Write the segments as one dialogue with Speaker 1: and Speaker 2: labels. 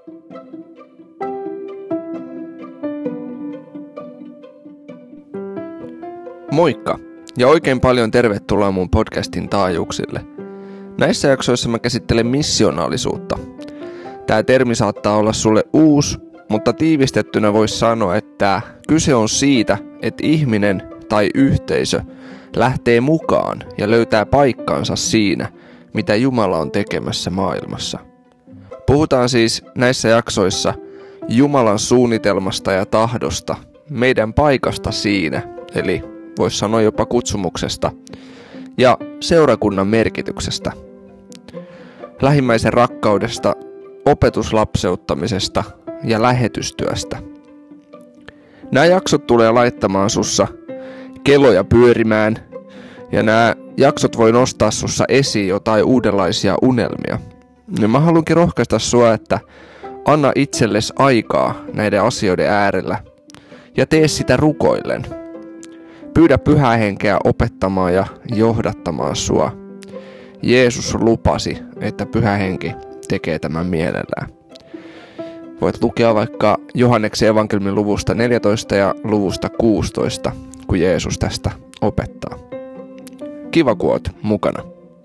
Speaker 1: Moikka ja oikein paljon tervetuloa mun podcastin taajuuksille. Näissä jaksoissa mä käsittelen missionaalisuutta. Tää termi saattaa olla sulle uusi, mutta tiivistettynä voisi sanoa, että kyse on siitä, että ihminen tai yhteisö lähtee mukaan ja löytää paikkaansa siinä, mitä Jumala on tekemässä maailmassa. Puhutaan siis näissä jaksoissa Jumalan suunnitelmasta ja tahdosta, meidän paikasta siinä, eli voisi sanoa jopa kutsumuksesta, ja seurakunnan merkityksestä, lähimmäisen rakkaudesta, opetuslapseuttamisesta ja lähetystyöstä. Nämä jaksot tulee laittamaan sussa keloja pyörimään, ja nämä jaksot voi nostaa sussa esiin jotain uudenlaisia unelmia. Ja mä haluankin rohkaista sua, että anna itsellesi aikaa näiden asioiden äärellä ja tee sitä rukoillen. Pyydä Pyhää Henkeä opettamaan ja johdattamaan sua. Jeesus lupasi, että Pyhä Henki tekee tämän mielellään. Voit lukea vaikka Johanneksen evankeliumin luvusta 14 ja luvusta 16, kun Jeesus tästä opettaa. Kiva, kun oot mukana.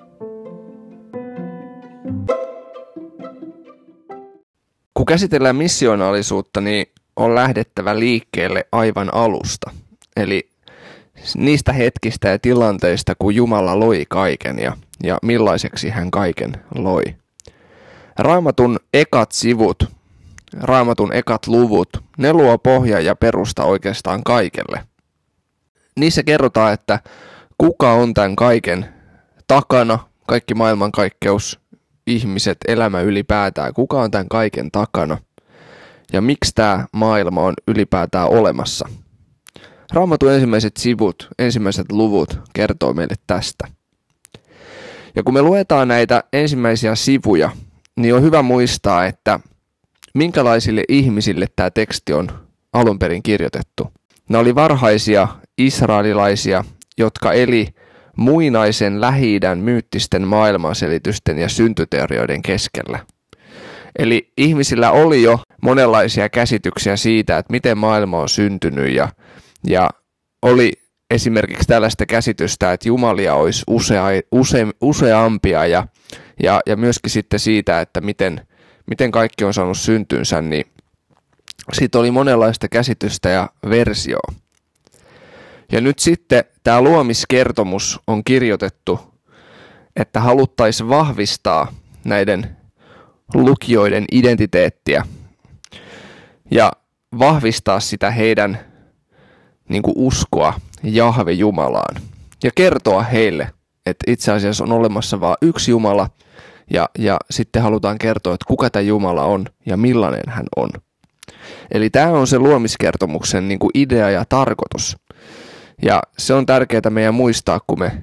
Speaker 1: Kun käsitellään missionaalisuutta, niin on lähdettävä liikkeelle aivan alusta. Eli niistä hetkistä ja tilanteista, kun Jumala loi kaiken ja millaiseksi hän kaiken loi. Raamatun ekat sivut, Raamatun ekat luvut, ne luo pohja ja perusta oikeastaan kaikelle. Niissä kerrotaan, että kuka on tämän kaiken takana, kaikki maailmankaikkeus, ihmiset, elämä ylipäätään, kuka on tämän kaiken takana ja miksi tämä maailma on ylipäätään olemassa. Raamatun ensimmäiset sivut, ensimmäiset luvut kertoo meille tästä. Ja kun me luetaan näitä ensimmäisiä sivuja, niin on hyvä muistaa, että minkälaisille ihmisille tämä teksti on alun perin kirjoitettu. Nämä oli varhaisia israelilaisia, jotka eli muinaisen Lähi-idän myyttisten maailmanselitysten ja syntyteorioiden keskellä. Eli ihmisillä oli jo monenlaisia käsityksiä siitä, että miten maailma on syntynyt ja oli esimerkiksi tällaista käsitystä, että jumalia olisi useampia ja myöskin sitten siitä, että miten kaikki on saanut syntynsä, niin siitä oli monenlaista käsitystä ja versioa. Ja nyt sitten tämä luomiskertomus on kirjoitettu, että haluttaisiin vahvistaa näiden lukijoiden identiteettiä ja vahvistaa sitä heidän uskoa Jahve Jumalaan ja kertoa heille, että itse asiassa on olemassa vain yksi Jumala ja sitten halutaan kertoa, että kuka tämä Jumala on ja millainen hän on. Eli tämä on se luomiskertomuksen idea ja tarkoitus. Ja se on tärkeää meidän muistaa, kun me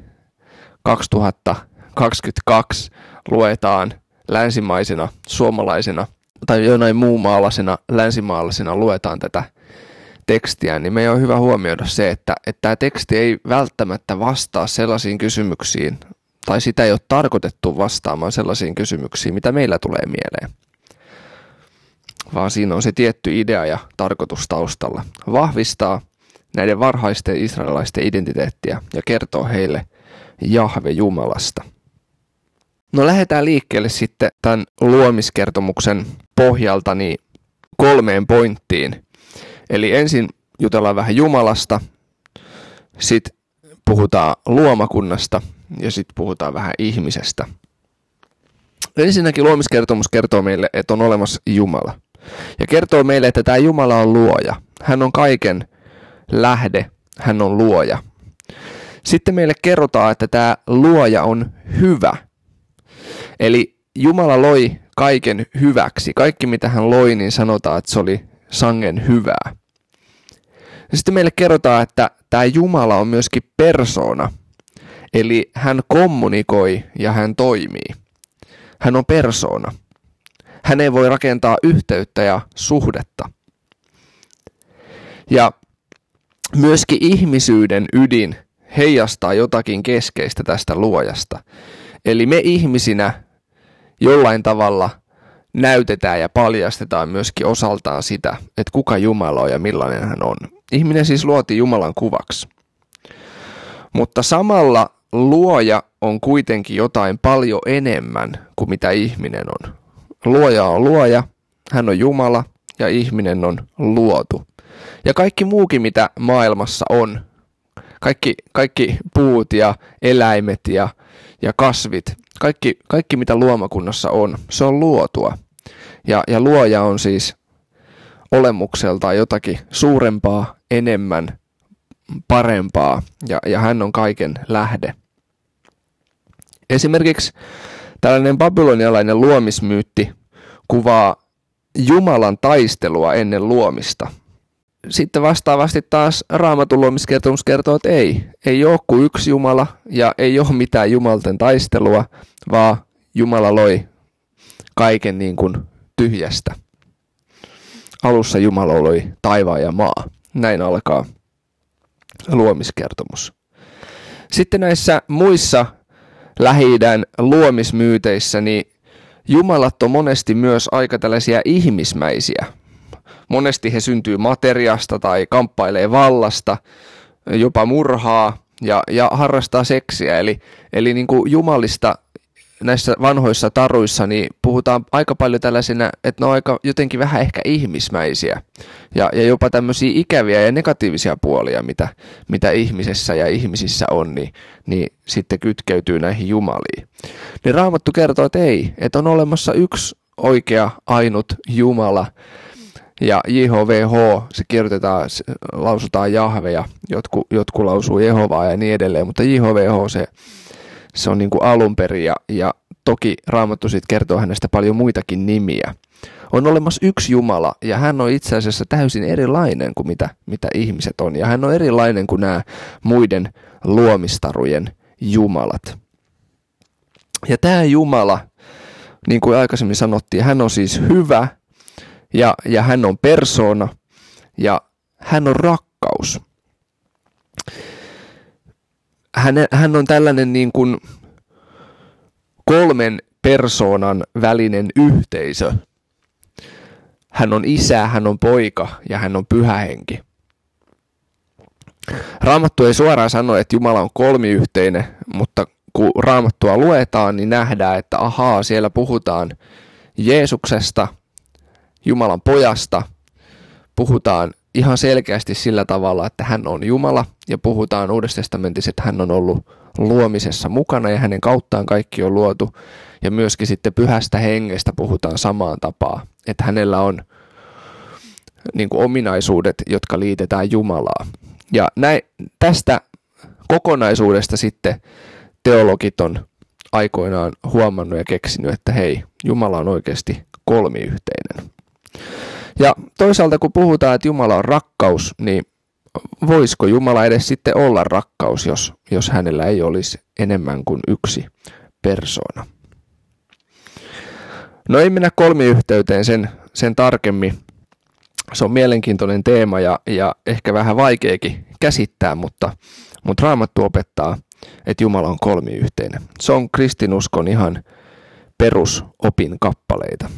Speaker 1: 2022 luetaan länsimaisena, suomalaisena tai jonain muumaalaisena, länsimaalaisena luetaan tätä tekstiä, niin meidän on hyvä huomioida se, että tämä teksti ei välttämättä vastaa sellaisiin kysymyksiin, tai sitä ei ole tarkoitettu vastaamaan sellaisiin kysymyksiin, mitä meillä tulee mieleen. Vaan siinä on se tietty idea ja tarkoitus taustalla. Vahvistaa näiden varhaisten israelilaisten identiteettiä ja kertoo heille Jahve Jumalasta. No lähdetään liikkeelle sitten tämän luomiskertomuksen pohjalta 3 pointtiin. Eli ensin jutellaan vähän Jumalasta, sitten puhutaan luomakunnasta ja sitten puhutaan vähän ihmisestä. Ensinnäkin luomiskertomus kertoo meille, että on olemassa Jumala. Ja kertoo meille, että tämä Jumala on luoja. Hän on kaiken lähde, hän on luoja. Sitten meille kerrotaan, että tämä luoja on hyvä. Eli Jumala loi kaiken hyväksi. Kaikki mitä hän loi, niin sanotaan, että se oli sangen hyvää. Ja sitten meille kerrotaan, että tämä Jumala on myöskin persoona. Eli hän kommunikoi ja hän toimii. Hän on persoona. Hän ei voi rakentaa yhteyttä ja suhdetta. Ja myöskin ihmisyyden ydin heijastaa jotakin keskeistä tästä luojasta. Eli me ihmisinä jollain tavalla näytetään ja paljastetaan myöskin osaltaan sitä, että kuka Jumala on ja millainen hän on. Ihminen siis luotiin Jumalan kuvaksi. Mutta samalla luoja on kuitenkin jotain paljon enemmän kuin mitä ihminen on. Luoja on luoja, hän on Jumala ja ihminen on luotu. Ja kaikki muukin, mitä maailmassa on, kaikki puut ja eläimet ja kasvit, kaikki mitä luomakunnassa on, se on luotua. Ja luoja on siis olemukseltaan jotakin suurempaa, enemmän, parempaa ja hän on kaiken lähde. Esimerkiksi tällainen babylonialainen luomismyytti kuvaa Jumalan taistelua ennen luomista. Sitten vastaavasti taas Raamatun luomiskertomus kertoo, että ei ole kuin yksi Jumala ja ei ole mitään jumalten taistelua, vaan Jumala loi kaiken niin kuin tyhjästä. Alussa Jumala loi taivaan ja maa. Näin alkaa luomiskertomus. Sitten näissä muissa Lähi-idän luomismyyteissä niin jumalat on monesti myös aika tällaisia ihmismäisiä. Monesti he syntyy materiasta tai kamppailee vallasta, jopa murhaa ja harrastaa seksiä. Eli niin kuin jumalista näissä vanhoissa taruissa niin puhutaan aika paljon tällaisena, että ne on aika jotenkin vähän ehkä ihmismäisiä. Ja jopa tämmöisiä ikäviä ja negatiivisia puolia, mitä ihmisessä ja ihmisissä on, niin sitten kytkeytyy näihin jumaliin. Niin Raamattu kertoo, että ei, että on olemassa yksi oikea ainut Jumala. Ja JHVH, se kirjoitetaan, lausutaan Jahve ja jotkut lausuu Jehovaa ja niin edelleen, mutta JHVH se on niin kuin alun perin ja toki Raamattu sitten kertoo hänestä paljon muitakin nimiä. On olemassa yksi Jumala ja hän on itse asiassa täysin erilainen kuin mitä ihmiset on. Ja hän on erilainen kuin nämä muiden luomistarujen jumalat. Ja tämä Jumala, niin kuin aikaisemmin sanottiin, hän on siis hyvä ja hän on persoona ja hän on rakkaus. Hän on tällainen niin kuin 3 persoonan välinen yhteisö. Hän on isä, hän on poika ja hän on pyhä henki. Raamattu ei suoraan sano, että Jumala on kolmiyhteinen, mutta kun Raamattua luetaan, niin nähdään, että siellä puhutaan Jeesuksesta, Jumalan pojasta, puhutaan ihan selkeästi sillä tavalla, että hän on Jumala ja puhutaan Uudessa testamentissa, että hän on ollut luomisessa mukana ja hänen kauttaan kaikki on luotu. Ja myöskin sitten pyhästä hengestä puhutaan samaan tapaan, että hänellä on niin kuin ominaisuudet, jotka liitetään Jumalaan. Ja tästä kokonaisuudesta sitten teologit on aikoinaan huomannut ja keksinyt, että hei, Jumala on oikeasti kolmiyhteinen. Ja toisaalta kun puhutaan, että Jumala on rakkaus, niin voisiko Jumala edes sitten olla rakkaus, jos hänellä ei olisi enemmän kuin yksi persoona? No ei mennä kolmiyhteyteen sen tarkemmin. Se on mielenkiintoinen teema ja ehkä vähän vaikeakin käsittää, mutta Raamattu opettaa, että Jumala on kolmiyhteinen. Se on kristinuskon ihan perusopin kappaleita.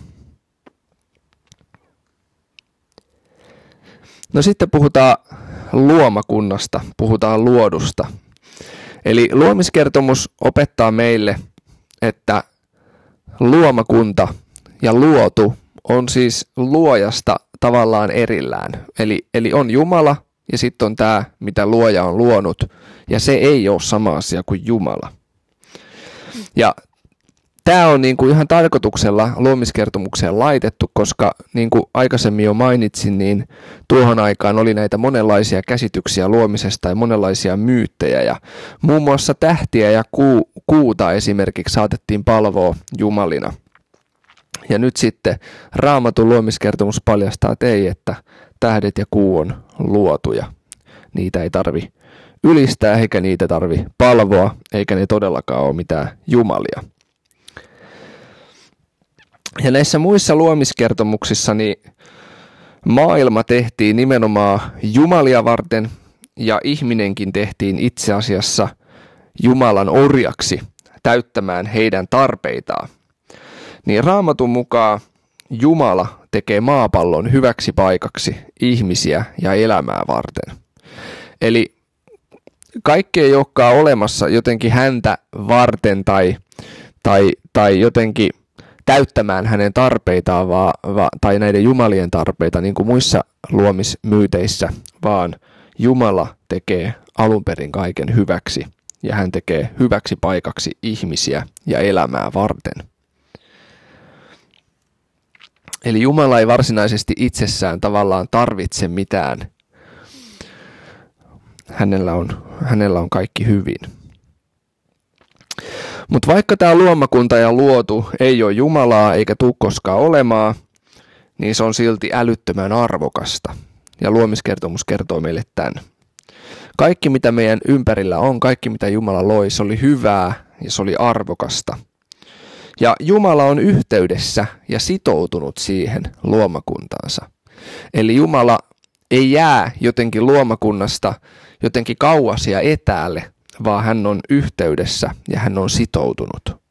Speaker 1: No sitten puhutaan luomakunnasta, puhutaan luodusta. Eli luomiskertomus opettaa meille, että luomakunta ja luotu on siis luojasta tavallaan erillään. Eli on Jumala ja sitten on tämä, mitä luoja on luonut, ja se ei ole sama asia kuin Jumala. Ja tämä on niin kuin ihan tarkoituksella luomiskertomukseen laitettu, koska niin kuin aikaisemmin jo mainitsin, niin tuohon aikaan oli näitä monenlaisia käsityksiä luomisesta ja monenlaisia myyttejä. Ja muun muassa tähtiä ja kuuta esimerkiksi saatettiin palvoa jumalina. Ja nyt sitten Raamatun luomiskertomus paljastaa, että ei, että tähdet ja kuu on luotuja. Niitä ei tarvi ylistää eikä niitä tarvi palvoa, eikä ne todellakaan ole mitään jumalia. Ja näissä muissa luomiskertomuksissa niin maailma tehtiin nimenomaan jumalia varten ja ihminenkin tehtiin itse asiassa Jumalan orjaksi täyttämään heidän tarpeitaan. Niin Raamatun mukaan Jumala tekee maapallon hyväksi paikaksi ihmisiä ja elämää varten. Eli kaikki ei olekaan olemassa jotenkin häntä varten tai jotenkin täyttämään hänen tarpeitaan tai näiden jumalien tarpeita niin kuin muissa luomismyyteissä, vaan Jumala tekee alun perin kaiken hyväksi ja hän tekee hyväksi paikaksi ihmisiä ja elämää varten. Eli Jumala ei varsinaisesti itsessään tavallaan tarvitse mitään. Hänellä on kaikki hyvin. Mutta vaikka tämä luomakunta ja luotu ei ole Jumalaa eikä tule koskaan olemaan, niin se on silti älyttömän arvokasta. Ja luomiskertomus kertoo meille tämän. Kaikki mitä meidän ympärillä on, kaikki mitä Jumala loi, se oli hyvää ja se oli arvokasta. Ja Jumala on yhteydessä ja sitoutunut siihen luomakuntaansa. Eli Jumala ei jää jotenkin luomakunnasta jotenkin kauas ja etäälle, vaan hän on yhteydessä ja hän on sitoutunut.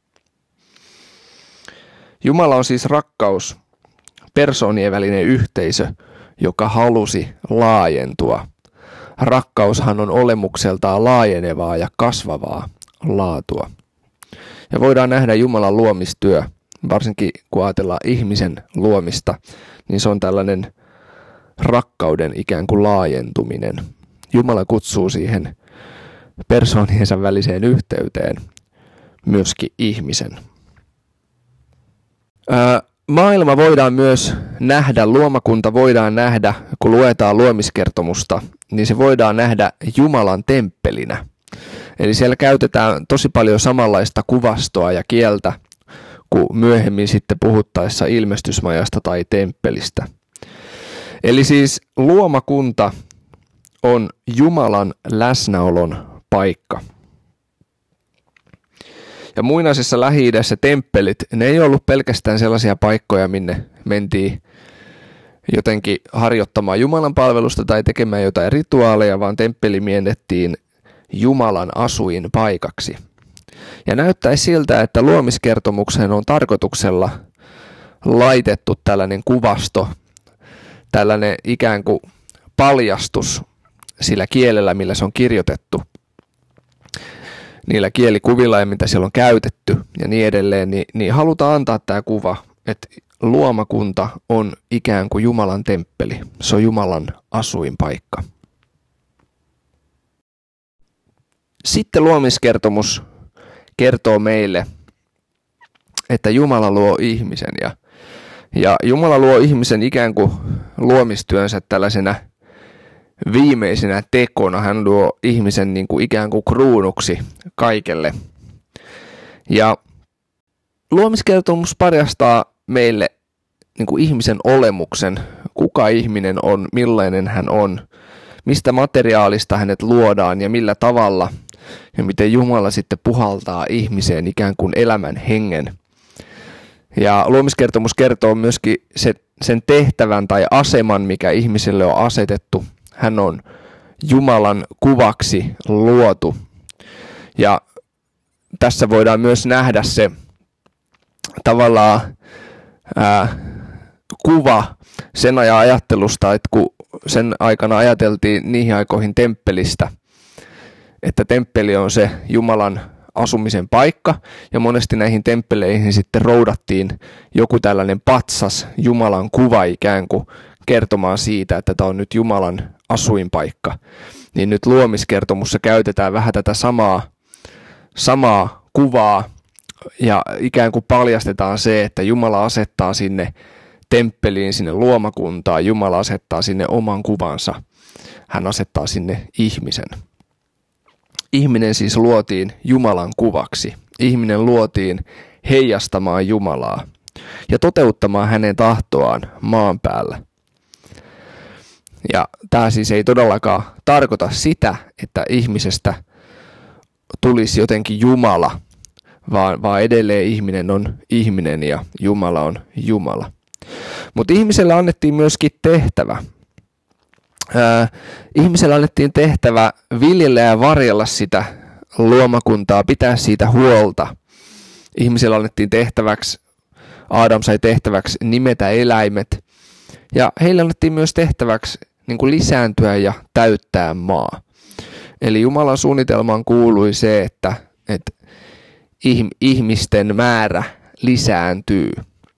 Speaker 1: Jumala on siis rakkaus, persoonien välinen yhteisö, joka halusi laajentua. Rakkaushan on olemukseltaan laajenevaa ja kasvavaa laatua. Ja voidaan nähdä Jumalan luomistyö, varsinkin kun ajatellaan ihmisen luomista, niin se on tällainen rakkauden ikään kuin laajentuminen. Jumala kutsuu siihen persooniensa väliseen yhteyteen myöskin ihmisen. Maailma voidaan myös nähdä, luomakunta voidaan nähdä, kun luetaan luomiskertomusta, niin se voidaan nähdä Jumalan temppelinä. Eli siellä käytetään tosi paljon samanlaista kuvastoa ja kieltä kuin myöhemmin sitten puhuttaessa ilmestysmajasta tai temppelistä. Eli siis luomakunta on Jumalan läsnäolon paikka. Ja muinaisessa Lähi-idässä temppelit, ne ei ollut pelkästään sellaisia paikkoja, minne mentiin jotenkin harjoittamaan Jumalan palvelusta tai tekemään jotain rituaaleja, vaan temppeli mietittiin Jumalan asuinpaikaksi. Ja näyttäisi siltä, että luomiskertomukseen on tarkoituksella laitettu tällainen kuvasto, tällainen ikään kuin paljastus sillä kielellä, millä se on kirjoitettu, niillä kielikuvilla ja mitä siellä on käytetty ja niin edelleen, niin halutaan antaa tämä kuva, että luomakunta on ikään kuin Jumalan temppeli. Se on Jumalan asuinpaikka. Sitten luomiskertomus kertoo meille, että Jumala luo ihmisen ja Jumala luo ihmisen ikään kuin luomistyönsä tällaisena viimeisenä tekona. Hän luo ihmisen niin kuin ikään kuin kruunuksi kaikelle. Ja luomiskertomus paljastaa meille niin kuin ihmisen olemuksen, kuka ihminen on, millainen hän on, mistä materiaalista hänet luodaan ja millä tavalla ja miten Jumala sitten puhaltaa ihmiseen ikään kuin elämän hengen. Ja luomiskertomus kertoo myöskin sen tehtävän tai aseman, mikä ihmiselle on asetettu. Hän on Jumalan kuvaksi luotu. Ja tässä voidaan myös nähdä se tavallaan kuva sen ajan ajattelusta, että kun sen aikana ajateltiin niihin aikoihin temppelistä, että temppeli on se Jumalan asumisen paikka, ja monesti näihin temppeleihin sitten roudattiin joku tällainen patsas, Jumalan kuva ikään kuin kertomaan siitä, että tämä on nyt Jumalan asuinpaikka. Niin nyt luomiskertomussa käytetään vähän tätä samaa kuvaa, ja ikään kuin paljastetaan se, että Jumala asettaa sinne temppeliin, sinne luomakuntaan, Jumala asettaa sinne oman kuvansa, hän asettaa sinne ihmisen. Ihminen siis luotiin Jumalan kuvaksi. Ihminen luotiin heijastamaan Jumalaa ja toteuttamaan hänen tahtoaan maan päällä. Ja tämä siis ei todellakaan tarkoita sitä, että ihmisestä tulisi jotenkin Jumala, vaan edelleen ihminen on ihminen ja Jumala on Jumala. Mutta ihmiselle annettiin myöskin tehtävä. Ihmiselle annettiin tehtävä viljellä ja varjella sitä luomakuntaa, pitää siitä huolta. Ihmiselle annettiin tehtäväksi Aadam sai tehtäväksi nimetä eläimet. Ja heille annettiin myös tehtäväksi niin kuin lisääntyä ja täyttää maa. Eli Jumalan suunnitelmaan kuului se, että ihmisten määrä lisääntyy.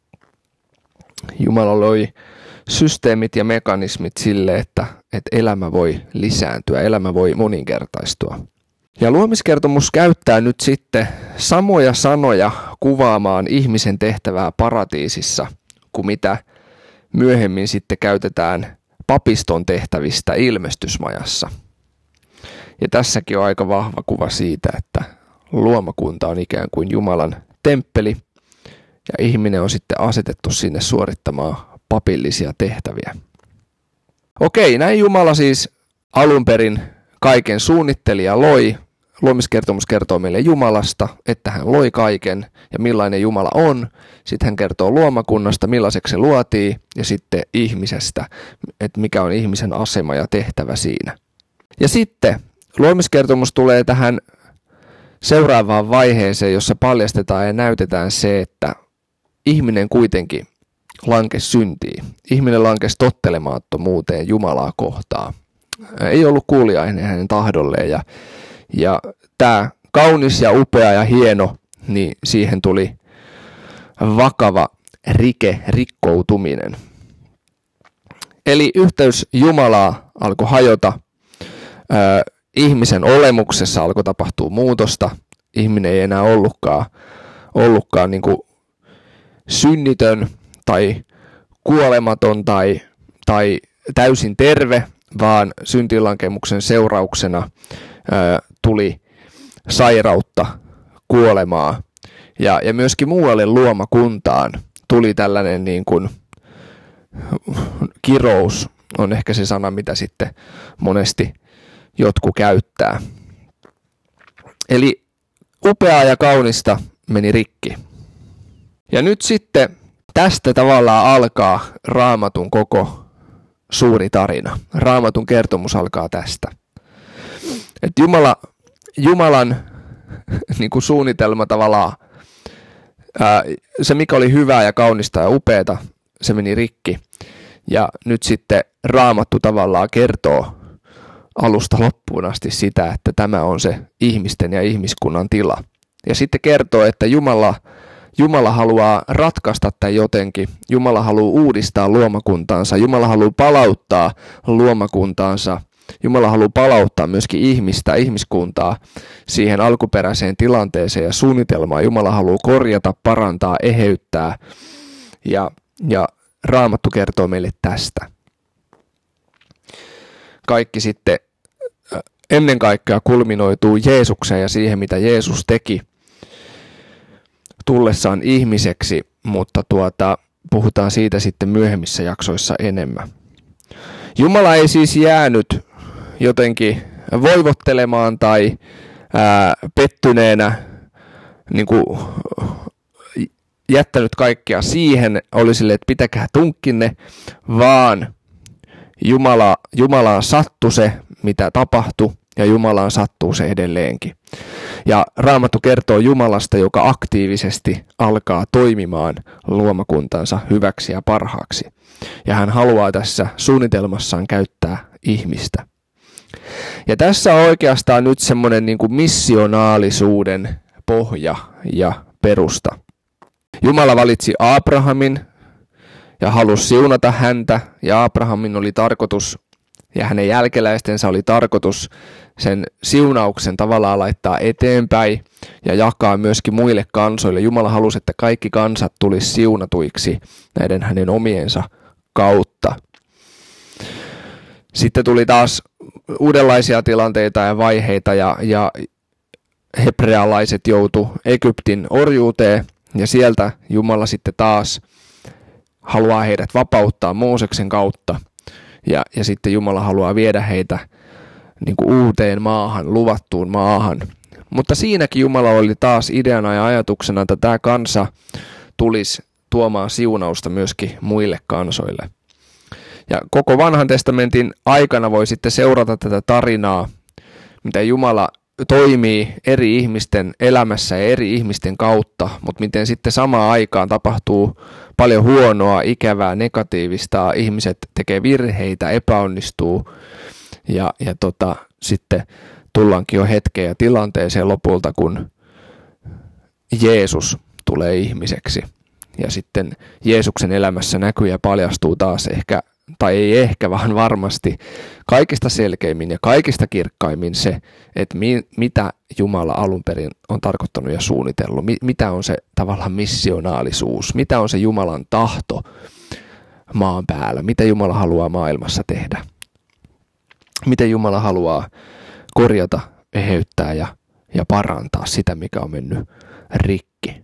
Speaker 1: Jumala loi systeemit ja mekanismit sille, että elämä voi lisääntyä, elämä voi moninkertaistua. Ja luomiskertomus käyttää nyt sitten samoja sanoja kuvaamaan ihmisen tehtävää paratiisissa, kuin mitä myöhemmin sitten käytetään papiston tehtävistä ilmestysmajassa. Ja tässäkin on aika vahva kuva siitä, että luomakunta on ikään kuin Jumalan temppeli ja ihminen on sitten asetettu sinne suorittamaan papillisia tehtäviä. Okei, näin Jumala siis alun perin kaiken suunnitteli ja loi. Luomiskertomus kertoo meille Jumalasta, että hän loi kaiken ja millainen Jumala on. Sitten hän kertoo luomakunnasta, millaiseksi se luotiin, ja sitten ihmisestä, että mikä on ihmisen asema ja tehtävä siinä. Ja sitten luomiskertomus tulee tähän seuraavaan vaiheeseen, jossa paljastetaan ja näytetään se, että ihminen kuitenkin lankesi syntiin. Ihminen lankesi tottelemattomuuteen Jumalaa kohtaan. Ei ollut kuuliainen hänen tahdolleen ja tämä kaunis ja upea ja hieno, niin siihen tuli vakava rikkoutuminen. Eli yhteys Jumalaa alkoi hajota, ihmisen olemuksessa alkoi tapahtua muutosta, ihminen ei enää ollutkaan niin kuin synnitön tai kuolematon tai täysin terve, vaan syntilankemuksen seurauksena tuli sairautta, kuolemaa ja myöskin muualle luomakuntaan tuli tällainen niin kuin kirous, on ehkä se sana, mitä sitten monesti jotkut käyttää. Eli upeaa ja kaunista meni rikki. Ja nyt sitten tästä tavallaan alkaa Raamatun koko suuri tarina. Raamatun kertomus alkaa tästä. Että Jumalan niin kuin suunnitelma tavallaan, se mikä oli hyvää ja kaunista ja upeata, se meni rikki. Ja nyt sitten Raamattu tavallaan kertoo alusta loppuun asti sitä, että tämä on se ihmisten ja ihmiskunnan tila. Ja sitten kertoo, että Jumala haluaa ratkaista tämän jotenkin. Jumala haluaa uudistaa luomakuntaansa. Jumala haluaa palauttaa luomakuntaansa. Jumala haluaa palauttaa myöskin ihmiskuntaa siihen alkuperäiseen tilanteeseen ja suunnitelmaan. Jumala haluaa korjata, parantaa, eheyttää. Ja Raamattu kertoo meille tästä. Kaikki sitten ennen kaikkea kulminoituu Jeesukseen ja siihen, mitä Jeesus teki tullessaan ihmiseksi, mutta puhutaan siitä sitten myöhemmissä jaksoissa enemmän. Jumala ei siis jäänyt jotenkin voivottelemaan tai pettyneenä niin kuin jättänyt kaikkea siihen, oli sille, että pitäkää tunkkinne, vaan Jumalaan sattui se, mitä tapahtui, ja Jumalaan sattuu se edelleenkin. Ja Raamattu kertoo Jumalasta, joka aktiivisesti alkaa toimimaan luomakuntansa hyväksi ja parhaaksi. Ja hän haluaa tässä suunnitelmassaan käyttää ihmistä. Ja tässä on oikeastaan nyt semmoinen niin kuin missionaalisuuden pohja ja perusta. Jumala valitsi Abrahamin ja halusi siunata häntä, ja Abrahamin oli tarkoitus, ja hänen jälkeläistensä oli tarkoitus sen siunauksen tavallaan laittaa eteenpäin ja jakaa myöskin muille kansoille. Jumala halusi, että kaikki kansat tulisi siunatuiksi näiden hänen omiensa kautta. Sitten tuli taas uudenlaisia tilanteita ja vaiheita, ja hebrealaiset joutu Egyptin orjuuteen, ja sieltä Jumala sitten taas haluaa heidät vapauttaa Mooseksen kautta. Ja sitten Jumala haluaa viedä heitä niin kuin uuteen maahan, luvattuun maahan. Mutta siinäkin Jumala oli taas ideana ja ajatuksena, että tämä kansa tulisi tuomaan siunausta myöskin muille kansoille. Ja koko vanhan testamentin aikana voi sitten seurata tätä tarinaa, mitä Jumala toimii eri ihmisten elämässä ja eri ihmisten kautta, mutta miten sitten samaan aikaan tapahtuu paljon huonoa, ikävää, negatiivista, ihmiset tekee virheitä, epäonnistuu ja sitten tullaankin jo hetkeen ja tilanteeseen lopulta, kun Jeesus tulee ihmiseksi. Ja sitten Jeesuksen elämässä näkyy ja paljastuu taas ehkä, tai ei ehkä, vaan varmasti kaikista selkeimmin ja kaikista kirkkaimmin se, että mitä Jumala alun perin on tarkoittanut ja suunnitellut. Mitä on se tavallaan missionaalisuus, mitä on se Jumalan tahto maan päällä, mitä Jumala haluaa maailmassa tehdä. Miten Jumala haluaa korjata, eheyttää ja parantaa sitä, mikä on mennyt rikki.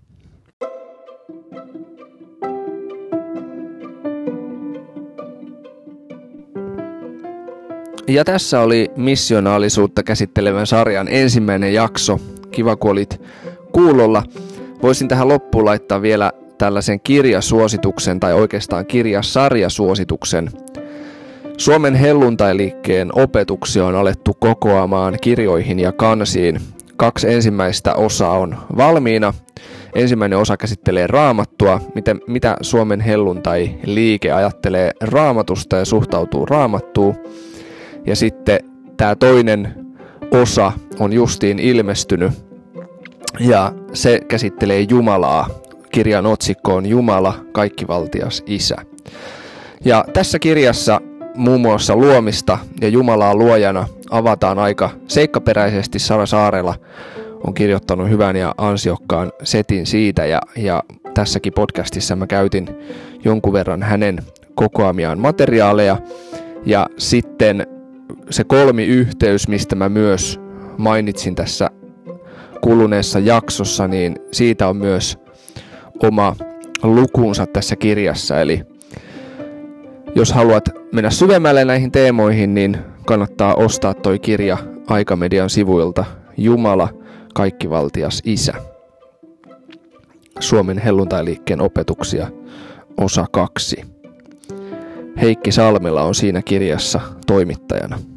Speaker 1: Ja tässä oli missionaalisuutta käsittelevän sarjan ensimmäinen jakso. Kiva, kun olit kuulolla. Voisin tähän loppuun laittaa vielä tällaisen kirjasuosituksen, tai oikeastaan kirjasarjasuosituksen. Suomen helluntailiikkeen opetuksia on alettu kokoamaan kirjoihin ja kansiin. 2 ensimmäistä osaa on valmiina. Ensimmäinen osa käsittelee Raamattua, mitä Suomen helluntai-liike ajattelee Raamatusta ja suhtautuu Raamattuun. Ja sitten tämä toinen osa on justiin ilmestynyt ja se käsittelee Jumalaa. Kirjan otsikko on Jumala, kaikkivaltias Isä. Ja tässä kirjassa muun muassa luomista ja Jumalaa luojana avataan aika seikkaperäisesti. Sara Saarela on kirjoittanut hyvän ja ansiokkaan setin siitä ja tässäkin podcastissa mä käytin jonkun verran hänen kokoamiaan materiaaleja. Ja sitten se kolmiyhteys, mistä mä myös mainitsin tässä kuluneessa jaksossa, niin siitä on myös oma lukunsa tässä kirjassa. Eli jos haluat mennä syvemmälle näihin teemoihin, niin kannattaa ostaa toi kirja Aikamedian sivuilta Jumala, kaikkivaltias Isä. Suomen helluntailiikkeen opetuksia, osa 2. Heikki Salmela on siinä kirjassa toimittajana.